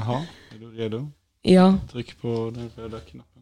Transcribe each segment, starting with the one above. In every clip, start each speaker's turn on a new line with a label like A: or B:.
A: Jaha, är du redo?
B: Ja.
A: Tryck på den röda knappen.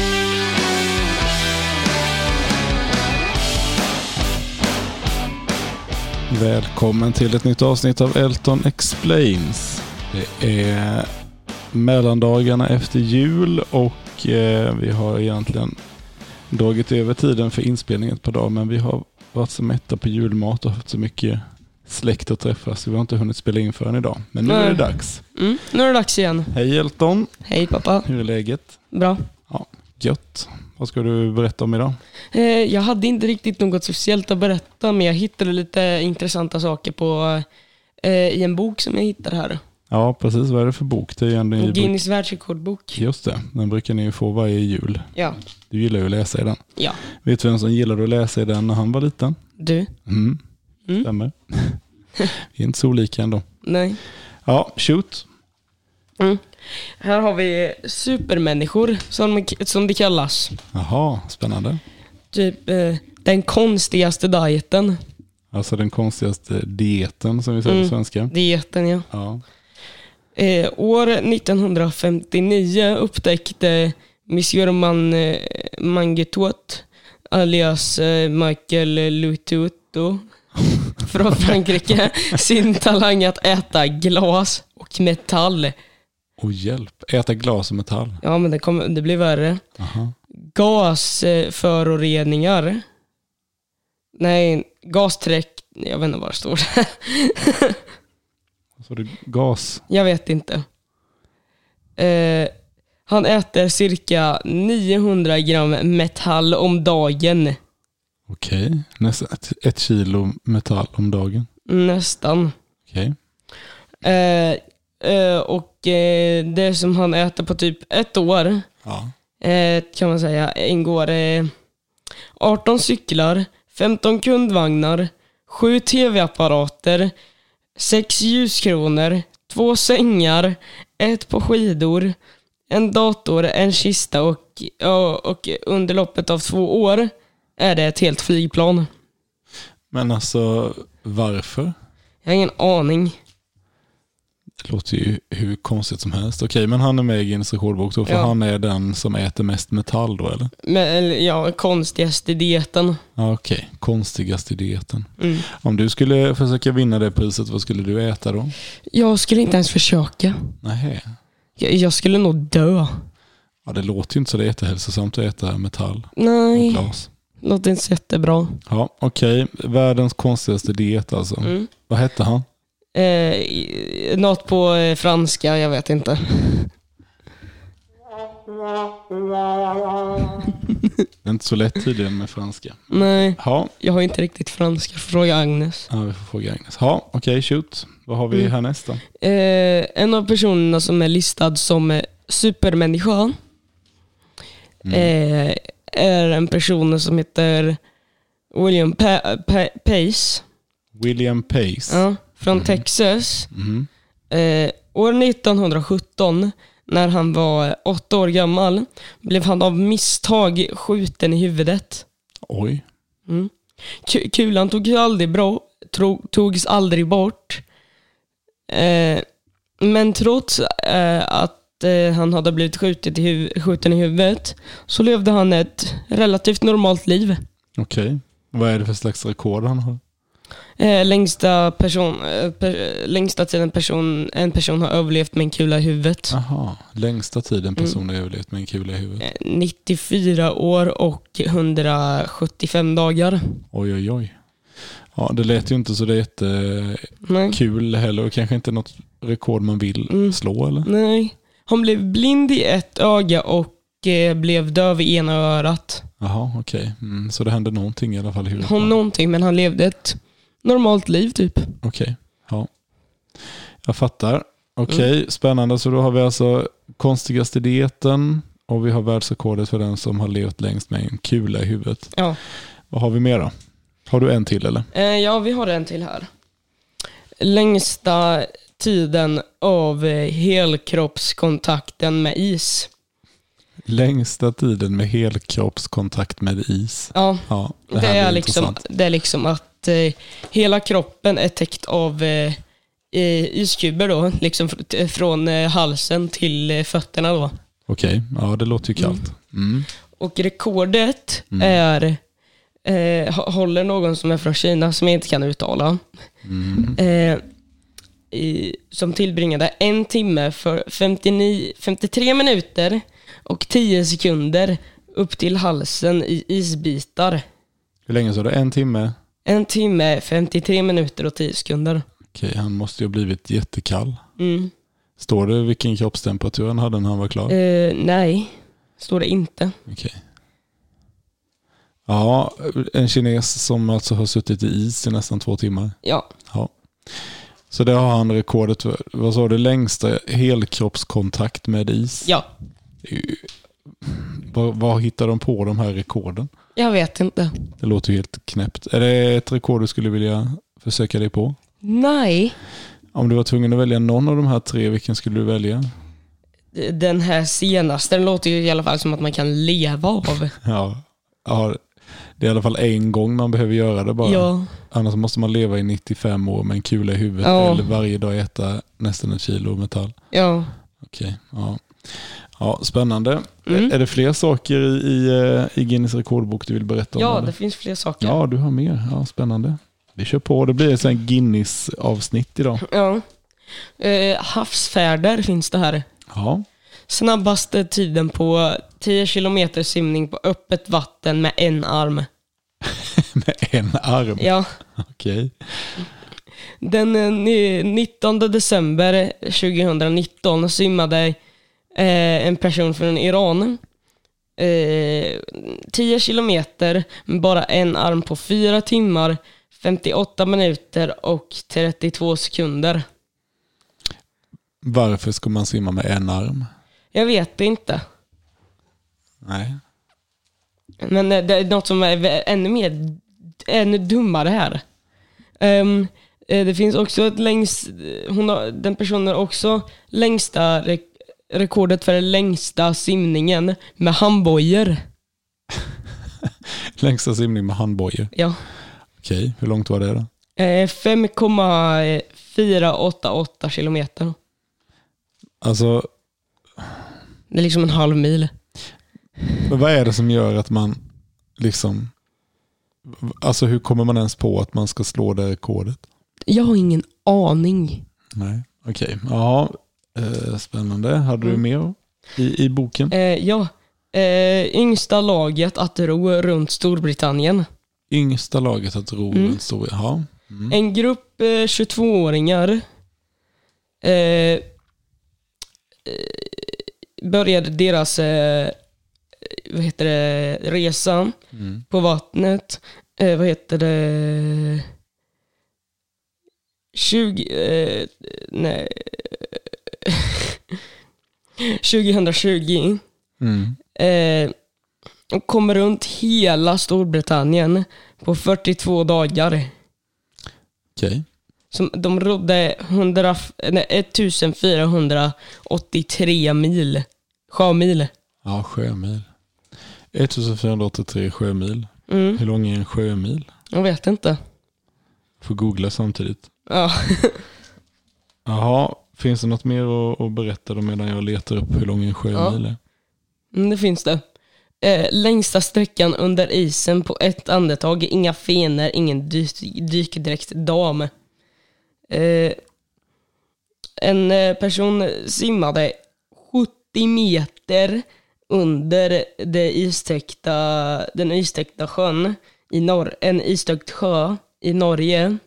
A: Välkommen till ett nytt avsnitt av Elton Explains. Det är mellandagarna efter jul och vi har egentligen dragit över tiden för inspelning ett par dagar, men vi har varit så mätta på julmat och haft så mycket släkt att träffas så vi har inte hunnit spela in förrän idag. Men nu är det dags.
B: Nu är det dags igen.
A: Hej Elton.
B: Hej pappa.
A: Hur är läget?
B: Bra.
A: Ja, gött. Vad ska du berätta om idag?
B: Jag hade inte riktigt något speciellt att berätta, men jag hittade lite intressanta saker på i en bok som jag hittade här.
A: Ja, precis. Vad är det för bok? Det är en
B: Guinness världsrekordbok.
A: Just det. Den brukar ni ju få varje jul.
B: Ja.
A: Du gillar ju att läsa i den.
B: Ja.
A: Vet du vem som gillade att läsa i den när han var liten?
B: Du.
A: Stämmer. Vi är inte så olika ändå.
B: Nej.
A: Ja, shoot.
B: Här har vi supermänniskor som det kallas.
A: Jaha, spännande.
B: Typ den konstigaste dieten.
A: Alltså den konstigaste dieten som vi säger på svenska.
B: Dieten, ja.
A: Ja.
B: År 1959 upptäckte Monsieur Mangetot alias Michael Lututo från Frankrike sin talang att äta glas och metall.
A: Och hjälp, äta glas och metall.
B: Ja, men det blir värre.
A: Aha.
B: Gasföroreningar. Nej, gasträck. Jag vet inte vad det står.
A: Så det gas.
B: Jag vet inte. Han äter cirka 900 gram metall om dagen.
A: Okej, nästan 1 kilo metall om dagen.
B: Nästan.
A: Okej.
B: Och det som han äter på typ 1 år,
A: Ja.
B: kan man säga, ingår 18 cyklar, 15 kundvagnar, 7 tv-apparater, 6 ljuskronor, 2 sängar, 1 på skidor, en dator, en kista och under loppet av 2 år är det ett helt flygplan.
A: Men alltså, varför?
B: Jag har ingen aning.
A: Det låter ju hur konstigt som helst. Okej, men han är med i Guinness rekordbok då, för han är den som äter mest metall då, eller?
B: Men, ja, konstigaste dieten.
A: Ja, okej. Konstigaste dieten. Om du skulle försöka vinna det priset, vad skulle du äta då?
B: Jag skulle inte ens försöka.
A: Nej.
B: Jag skulle nog dö.
A: Ja, det låter ju inte så det är jättehälsosamt att äta metall.
B: Nej,
A: och glas.
B: det låter inte så jättebra.
A: Ja, okej. Världens konstigaste diet alltså. Vad hette han?
B: Något på franska, jag vet inte.
A: Det är inte så lätt tydligen med franska.
B: Nej,
A: Ja.
B: jag har inte riktigt franska. Fråga Agnes.
A: Ja, vi får fråga Agnes. Ja, okej, shoot. Vad har vi härnäst då?
B: En av personerna som är listad som supermänniska är en person som heter William Pace.
A: William Pace.
B: Ja, från Texas. År 1917, när han var 8 år gammal, blev han av misstag skjuten i huvudet.
A: Oj.
B: Kulan togs aldrig bort. Men trots att han hade blivit skjuten i huvudet, så levde han ett relativt normalt liv.
A: Okej. Vad är det för slags rekord han har?
B: Längsta tiden en person har överlevt med en kula i huvudet.
A: Aha, längsta tiden person har överlevt med en kula i huvudet.
B: 94 år och 175 dagar.
A: Oj. Ja, det lät ju inte så det är jättekul heller, och kanske inte något rekord man vill slå, eller?
B: Nej, han blev blind i ett öga och blev döv i ena örat.
A: Jaha, okej. Så det hände någonting i alla fall i huvudet.
B: Någonting, men han levde ett normalt liv typ.
A: Okej, ja. Jag fattar. Okej, spännande. Så då har vi alltså konstigaste dieten och vi har världsrekordet för den som har levt längst med en kula i huvudet.
B: Ja.
A: Vad har vi mer då? Har du en till eller?
B: Ja, vi har en till här. Längsta tiden av helkroppskontakten med is.
A: Längsta tiden med helkroppskontakt med is.
B: Ja, det är
A: intressant.
B: liksom att hela kroppen är täckt av iskuber då, liksom från halsen till fötterna då.
A: Okej, ja det låter ju kallt. Mm.
B: Och rekordet är håller någon som är från Kina som jag inte kan uttala. Som tillbringade 1 timme för 53 minuter och 10 sekunder upp till halsen i isbitar.
A: Hur länge sa du? 1 timme?
B: 1 timme, 53 minuter och 10 sekunder.
A: Okej, han måste ju ha blivit jättekall.
B: Mm.
A: Står det vilken kroppstemperatur han hade när han var klar?
B: Nej, står det inte.
A: Okej. Ja, en kines som alltså har suttit i is i nästan 2 timmar.
B: Ja.
A: Så det har han rekordet för. Vad sa du? Längsta helkroppskontakt med is?
B: Ja.
A: Vad hittar de på de här rekorden?
B: Jag vet inte.
A: Det låter ju helt knäppt. Är det ett rekord du skulle vilja försöka dig på?
B: Nej. Om
A: du var tvungen att välja någon av de här 3, vilken skulle du välja?
B: Den här senaste, den låter ju i alla fall som att man kan leva av.
A: Ja, det är i alla fall en gång man behöver göra det bara.
B: Ja.
A: Annars måste man leva i 95 år med en kula i huvudet eller varje dag äta nästan 1 kilo metall.
B: Ja.
A: Okej, ja, spännande. Är det fler saker i Guinness rekordbok du vill berätta om?
B: Ja,
A: eller?
B: Det finns fler saker.
A: Ja, du har mer. Ja, spännande. Vi kör på. Det blir ett sånt Guinness-avsnitt idag.
B: Ja. Havsfärder finns det här.
A: Ja.
B: Snabbaste tiden på 10 kilometer simning på öppet vatten med en arm.
A: Med en arm?
B: Ja.
A: Okej.
B: Den 19 december 2019 simmade en person från Iran 10 kilometer med bara en arm på 4 timmar, 58 minuter och 32 sekunder.
A: Varför ska man simma med en arm?
B: Jag vet inte.
A: Nej.
B: Men det är något som är ännu dummare här. Det finns också den personen har också längsta rekordet för den längsta simningen med handbojor.
A: Längsta simning med handbojor?
B: Ja.
A: Okej, hur långt var det då?
B: 5,488 kilometer.
A: Alltså...
B: Det är liksom en halv mil.
A: Men vad är det som gör att man liksom... Alltså hur kommer man ens på att man ska slå det rekordet?
B: Jag har ingen aning.
A: Nej, okej. Ja, spännande. Hade du mer i boken?
B: Ja. Yngsta laget att ro runt Storbritannien.
A: Yngsta laget att ro runt Storbritannien. Ja.
B: En grupp 22-åringar började deras resa på vattnet 2020 och kom runt hela Storbritannien på 42 dagar.
A: Okej.
B: Som de rodde 1483 mil. Sjömil.
A: Ja, sjömil. 1483 sjömil. Hur lång är en sjömil?
B: Jag vet inte.
A: Får googla samtidigt.
B: Ja.
A: Jaha, finns det något mer att berätta då medan jag letar upp hur lång en sjömil är?
B: Det finns det. Längsta sträckan under isen på ett andetag. Inga fenor, ingen dykdräkt dam. En person simmade 70 meter under den istäckta sjön en istäckt sjö i Norge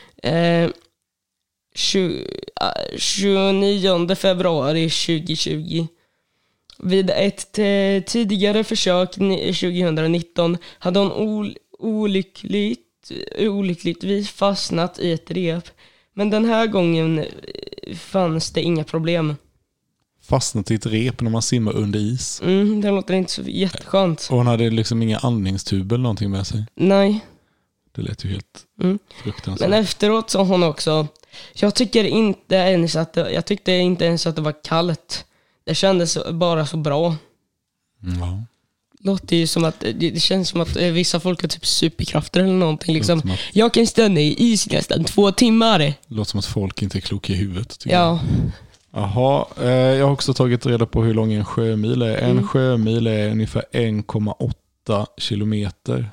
B: 29 februari 2020. Vid ett tidigare försök 2019 hade hon olyckligtvis fastnat i ett rep. Men den här gången fanns det inga problem.
A: Fastnat i ett rep när man simmar under is?
B: Det låter inte så jätteskönt.
A: Och hon hade liksom inga andningstub eller någonting med sig?
B: Nej.
A: Det lät ju helt fruktansvärt.
B: Men efteråt sa hon också, jag tyckte inte ens att det var kallt. Det kändes bara så bra.
A: Ja.
B: Låter ju som att det känns som att vissa folk har typ superkrafter eller någonting liksom.
A: Låter som att-
B: Jag kan stanna i is nästan 2 timmar.
A: Det låter som att folk inte är kloka i huvudet. Tycker
B: Ja.
A: jag. Jaha, jag har också tagit reda på hur lång en sjömil är. En sjömil är ungefär 1,8 kilometer.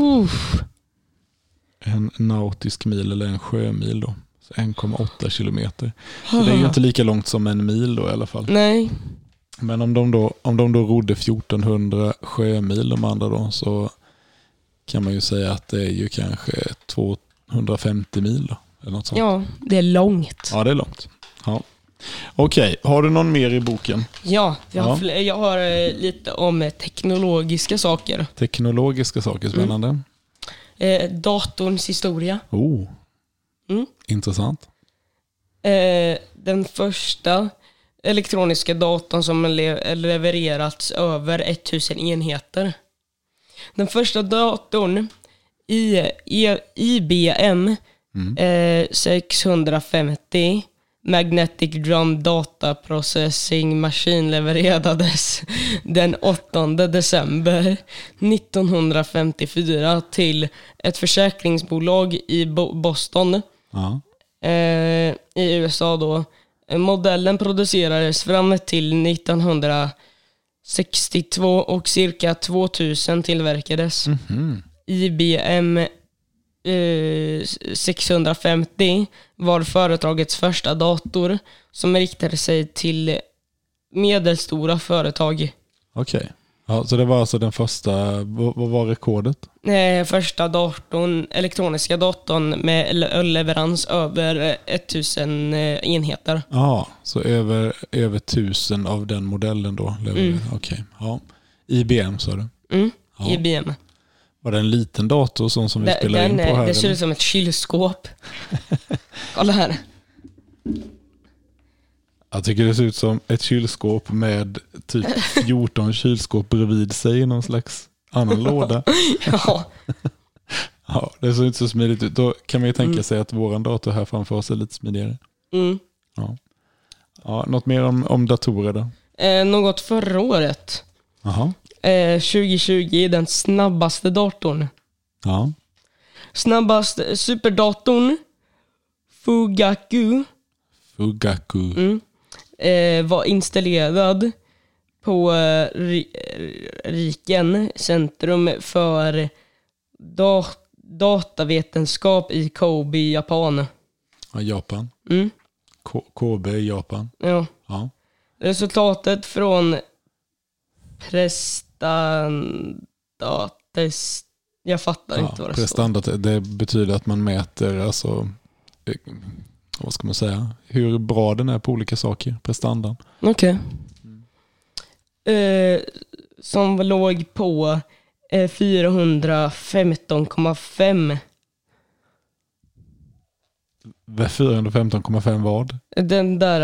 A: En nautisk mil eller en sjömil då. Så 1,8 kilometer. Så det är ju inte lika långt som en mil då i alla fall.
B: Nej.
A: Men om de då rodde 1400 sjömil de andra då, så kan man ju säga att det är ju kanske 250 mil då. Eller något sånt.
B: Ja, det är långt.
A: Ja, det är långt. Ja. Okej, har du någon mer i boken?
B: Ja, jag har lite om teknologiska saker.
A: Teknologiska saker, spännande.
B: Datorns historia.
A: Intressant.
B: Den första elektroniska datorn som levererats över 1000 enheter. Den första datorn IBM 650 Magnetic Drum Data Processing Machine levererades den 8 december 1954 till ett försäkringsbolag i Boston i USA då. Modellen producerades fram till 1962 och cirka 2000 tillverkades. IBM 650 var företagets första dator som riktade sig till medelstora företag.
A: Okej. Ja, så det var alltså den första, vad var rekordet?
B: Första datorn, elektroniska datorn med leverans över 1000 enheter.
A: Ja, så över 1000 av den modellen då. Okej. Ja. IBM sa du? Ja.
B: IBM.
A: Var det en liten dator som vi spelar in på här?
B: Det ser ut som ett kylskåp. Kolla här.
A: Jag tycker det ser ut som ett kylskåp med typ 14 kylskåp bredvid sig i någon slags annan låda.
B: Ja.
A: Ja, det ser inte så smidigt ut. Då kan man ju tänka sig att våran dator här framför oss är lite smidigare. Ja, något mer om datorer då?
B: Något förra året. 2020, den snabbaste datorn.
A: Ja.
B: Snabbaste superdatorn Fugaku var installerad på Riken centrum för datavetenskap i Kobe, Japan.
A: Ja, Japan. Kobe, Japan.
B: Ja. Resultatet från prestandatest. Jag fattar inte vad det står.
A: Det betyder att man mäter, alltså, vad ska man säga, hur bra den är på olika saker, prestandan.
B: Okej. Som låg på 415,5.
A: 415,5 vad?
B: Den där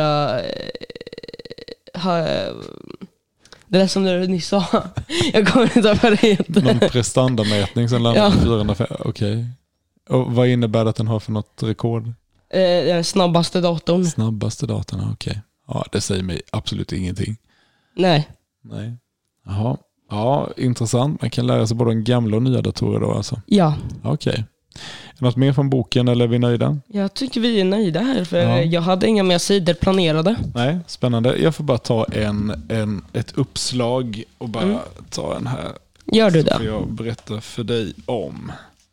B: det där som du nyss sa. Jag kommer inte ihåg vad det heter.
A: Någon prestandamätning som landar på 405. Okej. Och vad innebär det att den har för något rekord?
B: Den snabbaste datorn.
A: Snabbaste datorn, okej. Ja, det säger mig absolut ingenting.
B: Nej.
A: Jaha. Ja, intressant. Man kan lära sig både en gamla och nya datorer då alltså.
B: Ja.
A: Okej. Något mer från boken eller är vi nöjda?
B: Jag tycker vi är nöjda här för jag hade inga mer sidor planerade.
A: Nej, spännande. Jag får bara ta ett uppslag och bara ta en här.
B: Gör du det?
A: Så får jag berätta för dig om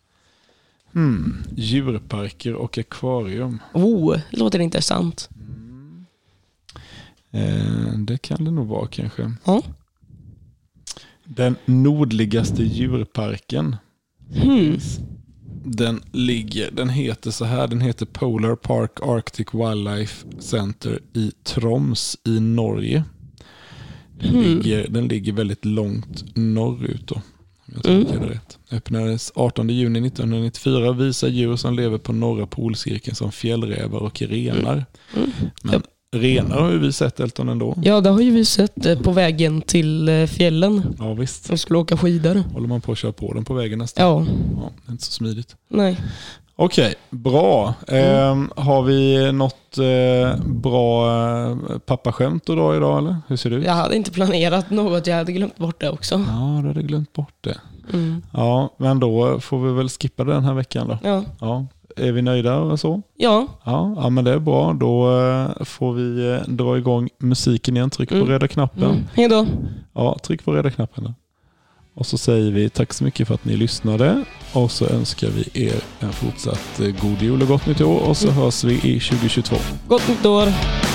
A: djurparker och akvarium.
B: Låter intressant.
A: Det kan det nog vara kanske.
B: Ja.
A: Den nordligaste djurparken. Den heter så här. Den heter Polar Park Arctic Wildlife Center i Troms i Norge. Den ligger väldigt långt norrut då. Jag tror jag det rätt. Öppnades 18 juni 1994. Visar djur som lever på norra polcirkeln som fjällrävar och renar. Men renar har ju vi sett, Elton, ändå.
B: Ja, det har ju vi sett på vägen till fjällen.
A: Ja, visst.
B: De skulle åka skidor.
A: Håller man på att köra på den på vägen nästan?
B: Ja.
A: Det är inte så smidigt.
B: Nej.
A: Okej, bra. Har vi något bra pappaskämt att dra idag eller? Hur ser det ut?
B: Jag hade inte planerat något, jag hade glömt bort det också.
A: Ja, du hade glömt bort det. Ja, men då får vi väl skippa den här veckan då. Ja. Är vi nöjda och så?
B: Ja.
A: Ja, men det är bra. Då får vi dra igång musiken igen. Tryck på röda knappen.
B: Hej då.
A: Ja, tryck på röda knappen. Och så säger vi tack så mycket för att ni lyssnade. Och så önskar vi er en fortsatt god jul och gott nytt år. Och så hörs vi i 2022.
B: Gott nytt år.